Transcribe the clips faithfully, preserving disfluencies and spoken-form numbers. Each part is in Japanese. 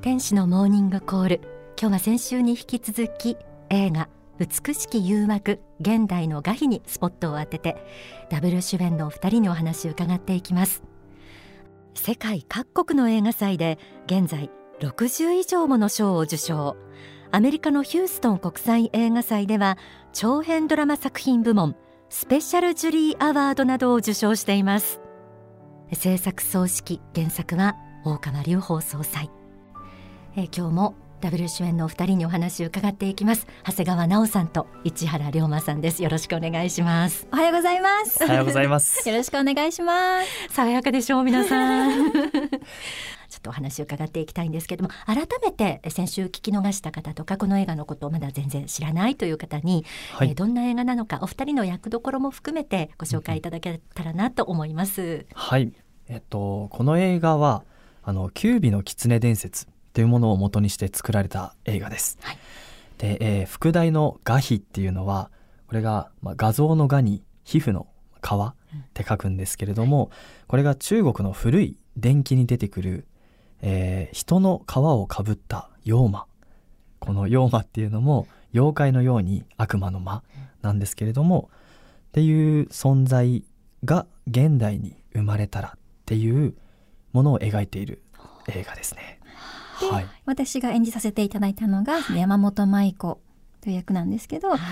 天使のモーニングコール、今日は先週に引き続き映画美しき誘惑現代の画碑にスポットを当ててダブル主演のお二人にお話を伺っていきます。世界各国の映画祭で現在ろくじゅう以上もの賞を受賞。アメリカのヒューストン国際映画祭では長編ドラマ作品部門スペシャルジュリーアワードなどを受賞しています。制作総指揮原作は大川隆法総裁。え今日もダブル主演のお二人にお話を伺っていきます。長谷川奈緒さんと市原龍馬さんです。よろしくお願いします。 おはようございます。 おはようございますよろしくお願いします。 爽やかでしょう皆さんちょっとお話を伺っていきたいんですけども、改めて先週聞き逃した方とかこの映画のことをまだ全然知らないという方に、はい、えー、どんな映画なのかお二人の役どころも含めてご紹介いただけたらなと思います。 はい、えっと、この映画はあのキュービの狐伝説というものを元にして作られた映画です、はい。で、えー、副題の画碑っていうのはこれが、まあ、画像の画に皮膚の皮って書くんですけれども、これが中国の古い伝記に出てくる、えー、人の皮をかぶった妖魔。この妖魔っていうのも妖怪のように悪魔の魔なんですけれども、っていう存在が現代に生まれたらっていうものを描いている映画ですね。 はい、私が演じさせていただいたのが山本舞子という役なんですけど、はい、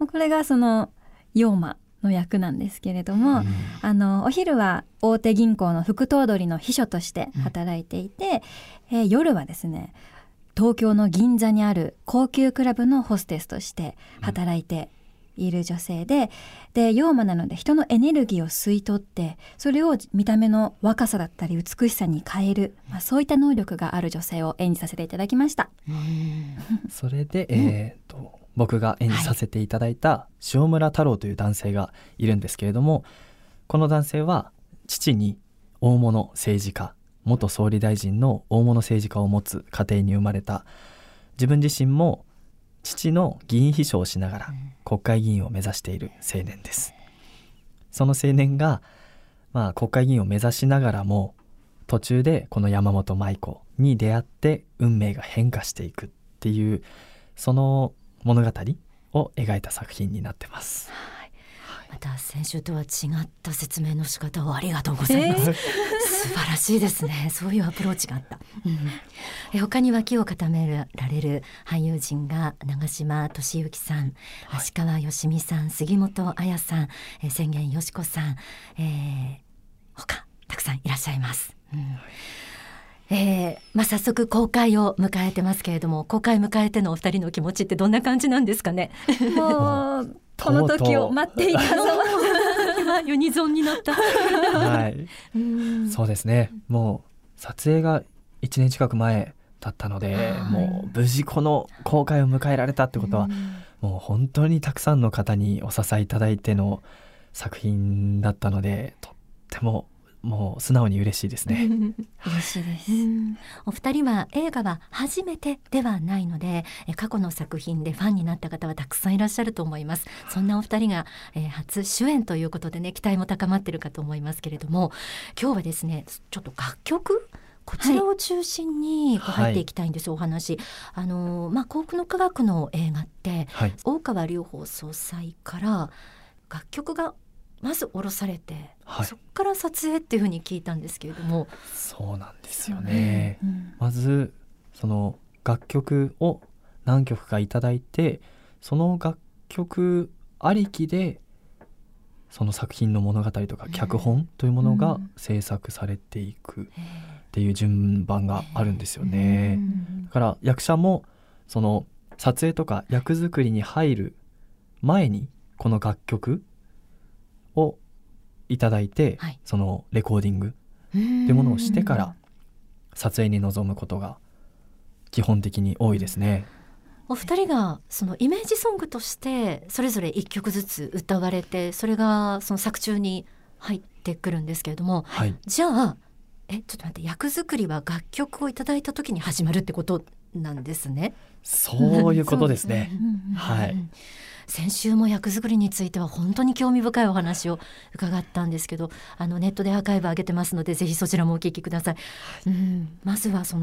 これがその妖魔の役なんですけれども、うん、あのお昼は大手銀行の副頭取の秘書として働いていて、うんえー、夜はですね東京の銀座にある高級クラブのホステスとして働いている女性で、で妖魔なので人のエネルギーを吸い取ってそれを見た目の若さだったり美しさに変える、まあ、そういった能力がある女性を演じさせていただきました。 うんそれで、えー、と僕が演じさせていただいた塩村太郎という男性がいるんですけれども、この男性は父に大物政治家、元総理大臣の大物政治家を持つ家庭に生まれた。自分自身も父の議員秘書をしながら国会議員を目指している青年です。その青年が、まあ、国会議員を目指しながらも途中でこの山本舞子に出会って運命が変化していくっていうその物語を描いた作品になってます。 はいはい、また先週とは違った説明の仕方をありがとうございます、えー、素晴らしいですね。そういうアプローチがあった、うん、え他に脇を固められる俳優陣が長嶋俊之さん、はい、芦川よしみさん、杉本彩さん、え宣言よしこさん、えー、他たくさんいらっしゃいます、うんえーまあ、早速公開を迎えてますけれども、公開迎えてのお二人の気持ちってどんな感じなんですかね。 もうこの時を待っていたぞ今ユニゾンになったはい、うんそうですね。もう撮影がいちねん近く前だったので、もう無事この公開を迎えられたってことは、もう本当にたくさんの方にお支えいただいての作品だったので、とってももう素直に嬉しいですね嬉しいです。 お二人は映画は初めてではないので、過去の作品でファンになった方はたくさんいらっしゃると思います。そんなお二人が、えー、初主演ということでね、期待も高まっているかと思いますけれども、今日はですねちょっと楽曲こちらを中心に入っていきたいんです、はい、お話あの、まあ、幸福の科学の映画って、はい、大川隆法総裁から楽曲がまず降ろされて、はい、そこから撮影っていうふうに聞いたんですけれども。 そうなんですよね、うん、まずその楽曲を何曲かいただいて、その楽曲ありきでその作品の物語とか脚本というものが制作されていくっていう順番があるんですよね。だから役者もその撮影とか役作りに入る前にこの楽曲をいただいて、はい、そのレコーディングっていうものをしてから撮影に臨むことが基本的に多いですね。 お二人がそのイメージソングとしてそれぞれ一曲ずつ歌われて、それがその作中に入ってくるんですけれども、はい、じゃあえちょっと待って、役作りは楽曲をいただいた時に始まるってことなんですね。 そういうことですねはい。 先週も役作りについては本当に興味深いお話を伺ったんですけど、あのネットでアーカイブ上げてますのでぜひそちらもお聞きください、うん、まずはその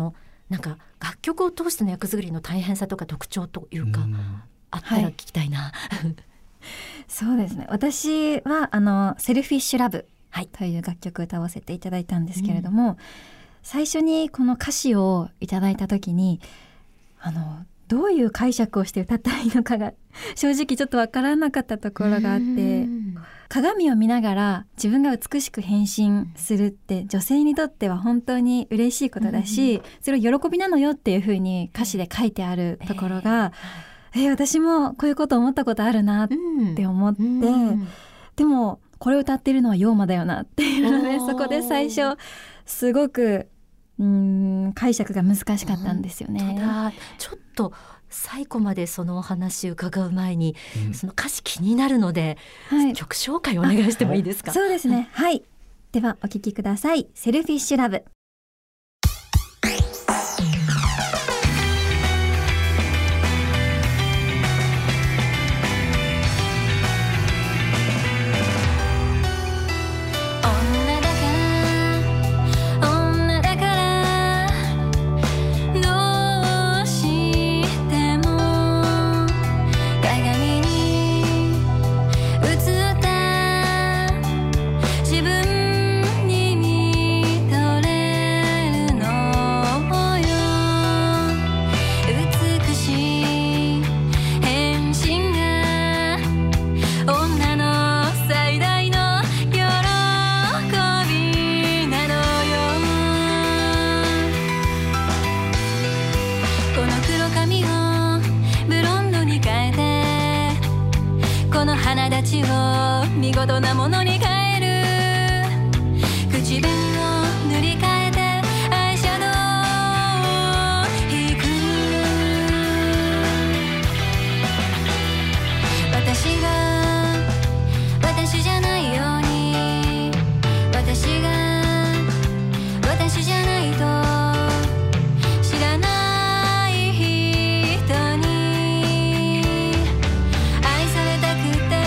なんか楽曲を通しての役作りの大変さとか特徴というか、 うん、 あったら聞きたいな、はい、 そうですね、私はあのセルフィッシュラブという楽曲を歌わせていただいたんですけれども、うん、最初にこの歌詞をいただいた時にあのどういう解釈をして歌ったらいいのかが正直ちょっとわからなかったところがあって、鏡を見ながら自分が美しく変身するって女性にとっては本当に嬉しいことだし、それを喜びなのよっていうふうに歌詞で書いてあるところが、えー、私もこういうこと思ったことあるなって思って、でもこれを歌ってるのはヨーマだよなっていうので、そこで最初すごくうーん解釈が難しかったんですよね。 だちょっと最後までそのお話伺う前に、うん、その歌詞気になるので、はい、曲紹介お願いしてもいいですか。 そうですね、はい、ではお聴きください。セルフィッシュラブ。 見事なものに変える口紅を塗り替えてアイシャドウを引く。私が私じゃないように、私が私じゃないと知らない人に愛されたくて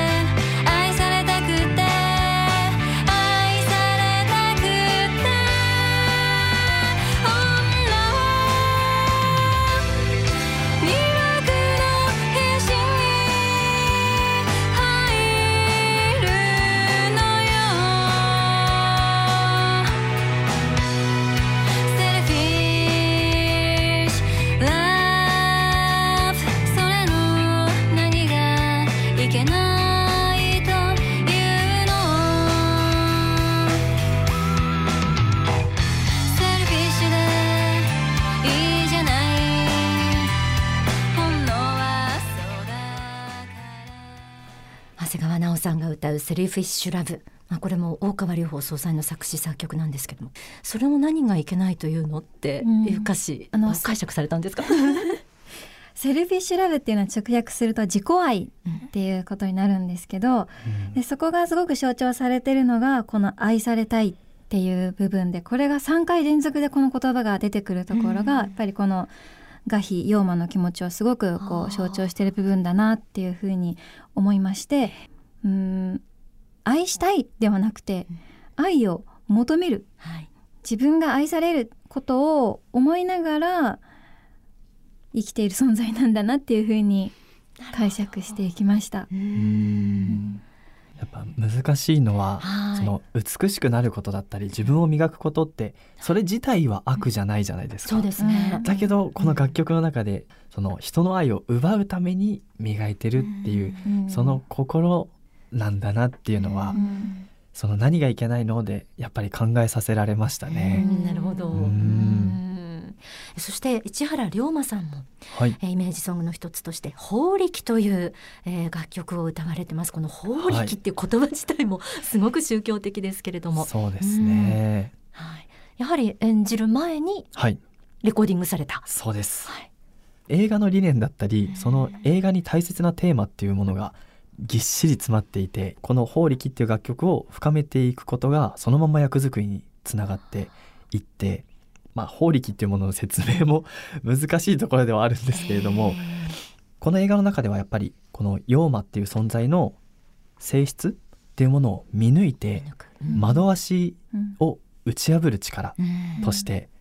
さんが歌うセルフィッシュラブ、まあ、これも大川隆法総裁の作詞作曲なんですけども、それを何がいけないというのっていう歌詞、うん、あの解釈されたんですか。 セルフィッシュラブっていうのは直訳すると自己愛っていうことになるんですけど、うん、でそこがすごく象徴されてるのがこの愛されたいっていう部分で、これがさんかい連続でこの言葉が出てくるところが、やっぱりこのガヒヨーマの気持ちをすごくこう象徴している部分だなっていうふうに思いまして、うーん愛したいではなくて愛を求める、はい、自分が愛されることを思いながら生きている存在なんだなっていうふうに解釈していきました。 うーんやっぱ難しいのは、その美しくなることだったり自分を磨くことってそれ自体は悪じゃないじゃないですか。 そうですね。 だけどこの楽曲の中でその人の愛を奪うために磨いてるっていう、その心なんだなっていうのは、その何がいけないのでやっぱり考えさせられましたね。 なるほど。うんそして市原龍馬さんも、はい、イメージソングの一つとして法力という、えー、楽曲を歌われてます。この法力っていう言葉自体もすごく宗教的ですけれども、はい、 そうですね、 はい、やはり演じる前にレコーディングされた、 はい、そうです、はい、映画の理念だったりその映画に大切なテーマっていうものがぎっしり詰まっていて、この法力っていう楽曲を深めていくことがそのまま役作りにつながっていって、まあ、法力っていうものの説明も難しいところではあるんですけれども、この映画の中ではやっぱりこのヨーマっていう存在の性質っていうものを見抜いて惑わしを打ち破る力として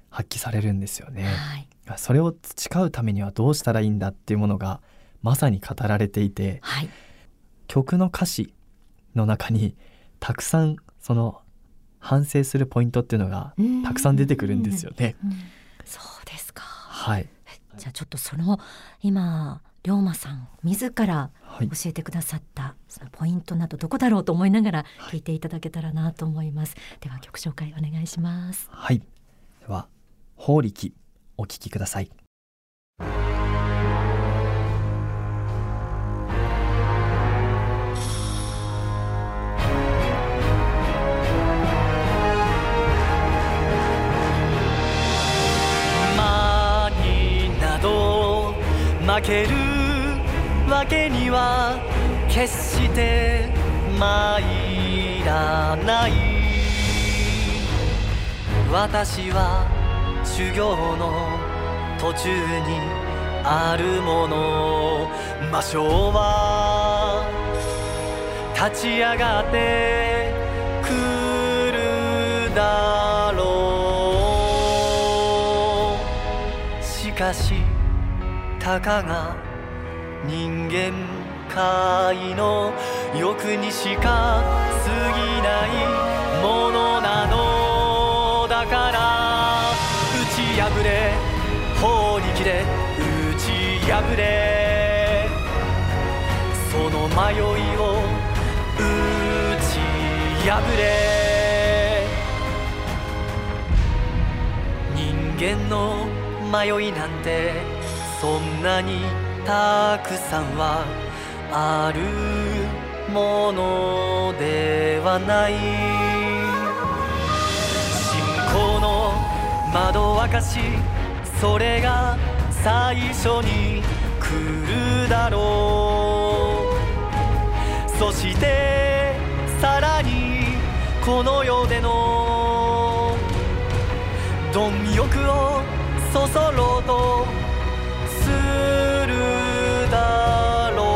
発揮されるんですよね、 はい、 それを培うためにはどうしたらいいんだっていうものがまさに語られていて、 はい、 曲の歌詞の中にたくさんその反省するポイントっていうのがたくさん出てくるんですよね。 そうですか。 はい。 じゃあちょっとその今龍馬さん自ら教えてくださったそのポイントなどどこだろうと思いながら聞いていただけたらなと思います、はい、では曲紹介お願いします。 はい、では法力お聞きください。 馬になど負けるわけには決して参らない。私は修行の途中にあるもの、魔性は立ち上がってくるだろう。しかしたかが人間界の欲にしか過ぎないものなのだから、打ち破れ法力で打ち破れ、その迷いを打ち破れ。人間の迷いなんてそんなにたくさんはあるものではない。信仰の窓沸かし、それが最初に来るだろう。そしてさらにこの世での貪欲をそそろうとするだろ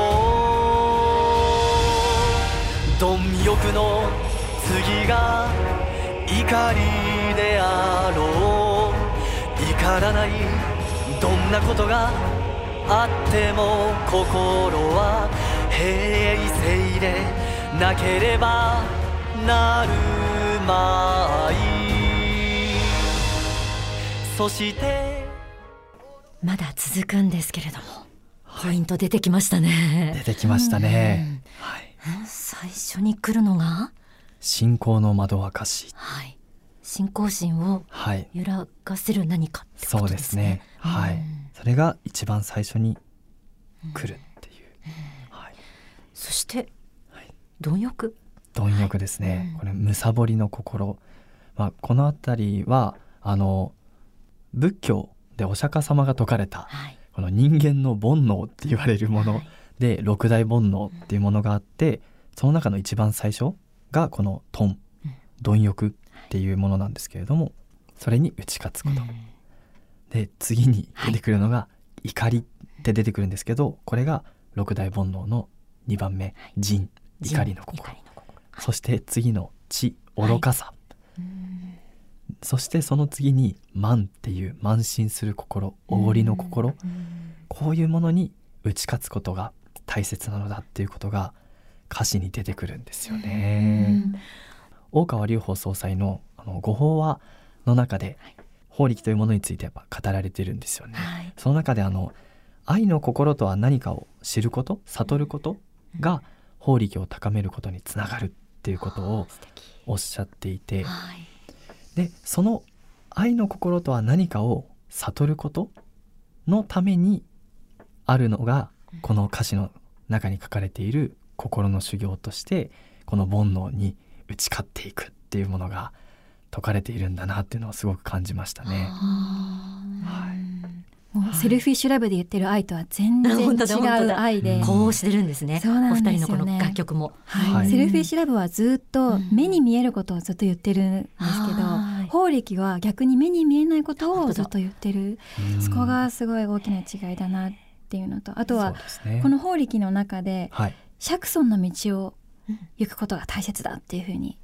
う。貪欲の次が怒りであろう。怒らない、どんなことがあっても心は平静でなければなるまい。そしてまだ続くんですけれども、ポイント出てきましたね。 出てきましたね、はい、 最初に来るのが信仰の窓沸かし、 はい、信仰心を揺らがせる何かってことですね、 はい、そうですね、はい、それが一番最初に来るっていう、はい、 そして、はい、貪欲貪欲ですね、はい、これむさぼりの心、まあ、このあたりはあの仏教でお釈迦様が説かれた、はい、この人間の煩悩って言われるもので、はい、六大煩悩っていうものがあって、その中の一番最初がこの貪、貪欲っていうものなんですけれども、それに打ち勝つこと、うん、で次に出てくるのが怒りって出てくるんですけど、これが六大煩悩のにばんめ、仁、怒りの心、そして次の智、愚かさ、はい、そしてその次に慢っていう慢心する心、おごりの心、こういうものに打ち勝つことが大切なのだっていうことが歌詞に出てくるんですよね。大川隆法総裁のあの御法話の中で、はい、法力というものについてやっぱ語られてるんですよね、はい、その中であの愛の心とは何かを知ること、悟ることが法力を高めることにつながるっていうことをおっしゃっていて、はい、でその愛の心とは何かを悟ることのためにあるのが、この歌詞の中に書かれている心の修行として、この煩悩に打ち勝っていくっていうものが説かれているんだなっていうのをすごく感じましたね。はい、 もうセルフィッシュラブで言ってる愛とは全然違う愛で、 こうしてるんですね。 そうなんですよね。 お二人のこの楽曲も、 はいはい、セルフィッシュラブはずっと目に見えることをずっと言ってるんですけど、うん、法力は逆に目に見えないことをずっと言ってる、そこがすごい大きな違いだなっていうのと、あとはね、この法力の中で、はい、釈尊の道を行くことが大切だっていうふうに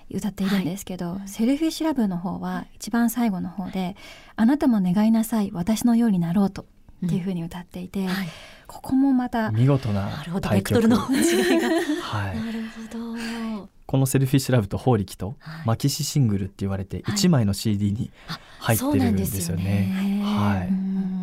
歌っているんですけど、はい、セルフィッシュラブの方は一番最後の方で、あなたも願いなさい私のようになろうとっていう風に歌っていて、うんはい、ここもまた見事なタイトルの違いがはい、 なるほど。 このセルフィッシュラブとホーリキとマキシシングルって言われていちまいの シーディー に入ってるんですよね。はい、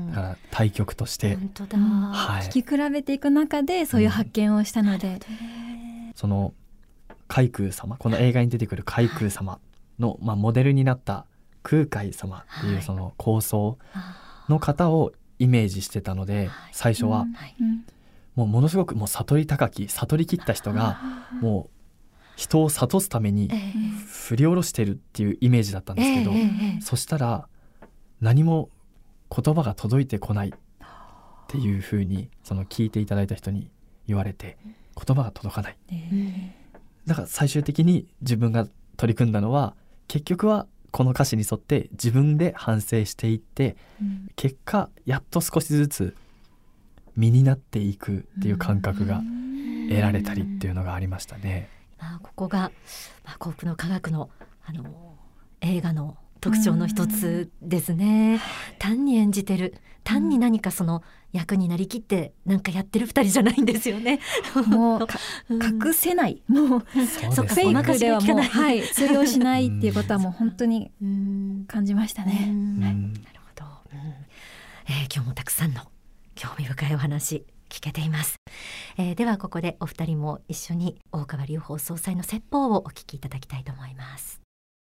だから対曲として本当だ、 はい、聴き比べていく中でそういう発見をしたので、うん、 その海空様、この映画に出てくる海空様の、まあ、モデルになった空海様っていうその構想の方をイメージしてたので、最初はもうものすごくもう悟り高き悟り切った人がもう人を諭すために振り下ろしてるっていうイメージだったんですけど、そしたら何も言葉が届いてこないっていう風にその聞いていただいた人に言われて、言葉が届かない、だから最終的に自分が取り組んだのは、結局はこの歌詞に沿って自分で反省していって、うん、結果やっと少しずつ身になっていくっていう感覚が得られたりっていうのがありましたね。 まあ、ここが、まあ、幸福の科学の、あの映画の特徴の一つですね。単に演じてる、単に何かその役になりきってなんかやってる二人じゃないんですよね。 もう隠せない、もうフェイクではもう、はい、通用しないっていうことはもう本当に感じましたね。 なるほど、うんえー、今日もたくさんの興味深いお話聞けています。えー、ではここでお二人も一緒に大川隆法総裁の説法をお聞きいただきたいと思います。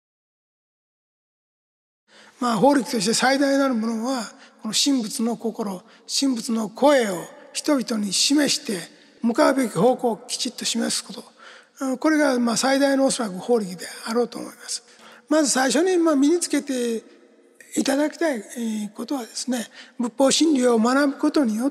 まあ、法律として最大なるものはこの神仏の心、神仏の声を人々に示して向かうべき方向をきちっと示すこと、これがまあ最大のおそらく法律であろうと思います。まず最初にまあ身につけていただきたいことはですね、仏法真理を学ぶことによって、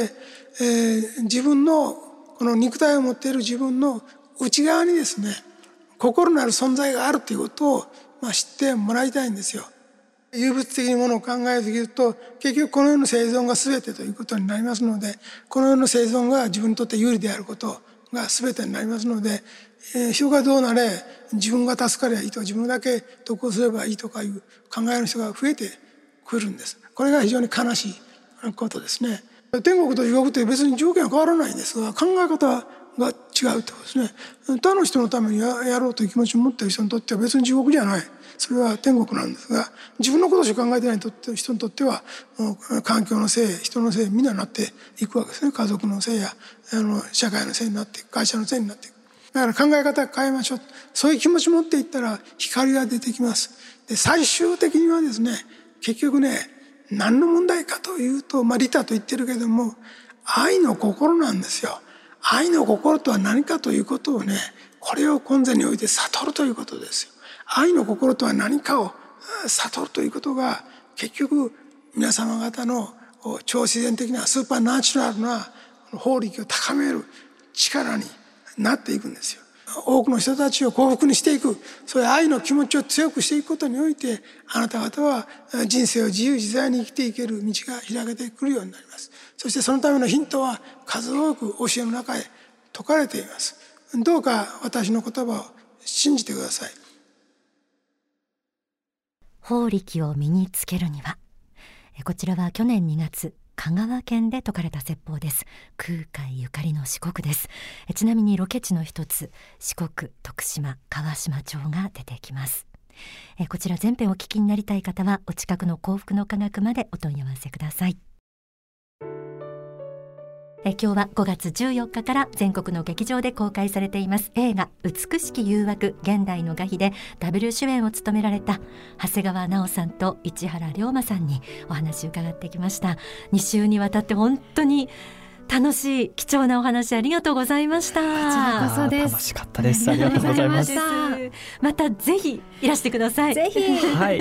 えー、自分のこの肉体を持っている自分の内側にですね、心なる存在があるということをまあ知ってもらいたいんですよ。有物的にものを考えすぎると結局この世の生存が全てということになりますので、この世の生存が自分にとって有利であることが全てになりますので、えー、人がどうなれ自分が助かればいいとか自分だけ得をすればいいとかいう考える人が増えてくるんです。これが非常に悲しいことですね。天国と地獄って別に条件は変わらないんですが、考え方が違うとですね、他の人のために や, やろうという気持ちを持っている人にとっては別に地獄じゃない、それは天国なんですが、自分のことしか考えてない人にとってはもう環境のせい、人のせいみんなになっていくわけですね。家族のせいやあの社会のせいになっていく、会社のせいになっていく。だから考え方変えましょう、そういう気持ちを持っていったら光が出てきます。で最終的にはですね、結局ね、何の問題かというと、まあ利他と言ってるけども愛の心なんですよ。愛の心とは何かということをね、これを根前において悟るということですよ。愛の心とは何かを悟るということが結局皆様方の超自然的なスーパーナチュラルな法力を高める力になっていくんですよ。多くの人たちを幸福にしていく、そういう愛の気持ちを強くしていくことにおいて、あなた方は人生を自由自在に生きていける道が開けてくるようになります。そしてそのためのヒントは数多く教えの中へ説かれています。どうか私の言葉を信じてください。 法力を身につけるには、こちらは去年にがつ香川県で説かれた説法です。空海ゆかりの四国です。ちなみにロケ地の一つ、四国徳島川島町が出てきます。こちら全編お聞きになりたい方はお近くの幸福の科学までお問い合わせください。え今日はごがつじゅうよっかから全国の劇場で公開されています映画美しき誘惑現代の画碑でダブル主演を務められた長谷川奈緒さんと市原龍馬さんにお話を伺ってきました。に週にわたって本当に楽しい貴重なお話ありがとうございました。こちらこそです。 楽しかったです。ありがとうございました。 またぜひいらしてください。 ぜひ、 はい、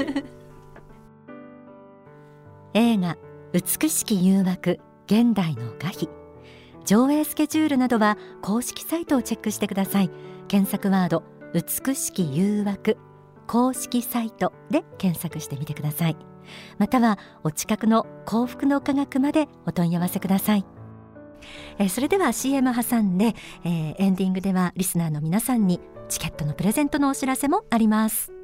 映画美しき誘惑現代の画碑、上映スケジュールなどは公式サイトをチェックしてください。検索ワード美しき誘惑公式サイトで検索してみてください。またはお近くの幸福の科学までお問い合わせください。えそれでは シーエム 挟んで、えー、エンディングではリスナーの皆さんにチケットのプレゼントのお知らせもあります。